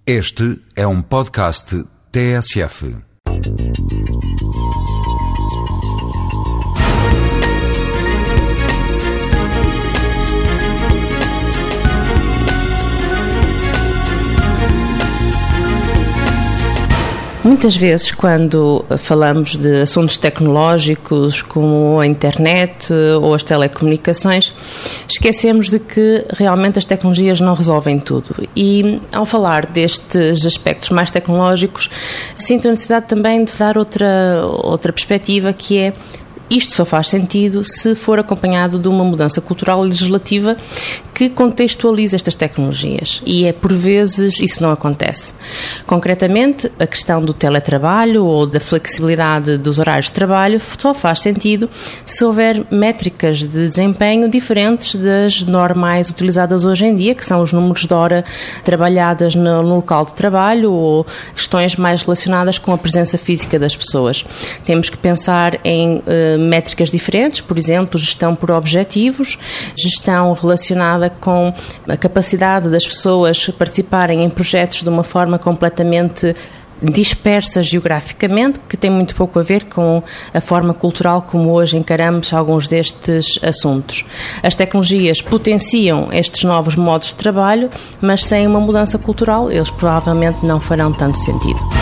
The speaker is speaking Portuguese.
Este é um podcast TSF. Muitas vezes, quando falamos de assuntos tecnológicos como a internet ou as telecomunicações, esquecemos de que realmente as tecnologias não resolvem tudo. E, ao falar destes aspectos mais tecnológicos, sinto a necessidade também de dar outra perspectiva, que é: isto só faz sentido se for acompanhado de uma mudança cultural e legislativa que contextualize estas tecnologias. E por vezes isso não acontece. Concretamente, a questão do teletrabalho ou da flexibilidade dos horários de trabalho só faz sentido se houver métricas de desempenho diferentes das normais utilizadas hoje em dia, que são os números de hora trabalhadas no local de trabalho ou questões mais relacionadas com a presença física das pessoas. Temos que pensar em métricas diferentes, por exemplo, gestão por objetivos, gestão relacionada com a capacidade das pessoas participarem em projetos de uma forma completamente dispersa geograficamente, que tem muito pouco a ver com a forma cultural como hoje encaramos alguns destes assuntos. As tecnologias potenciam estes novos modos de trabalho, mas sem uma mudança cultural, eles provavelmente não farão tanto sentido.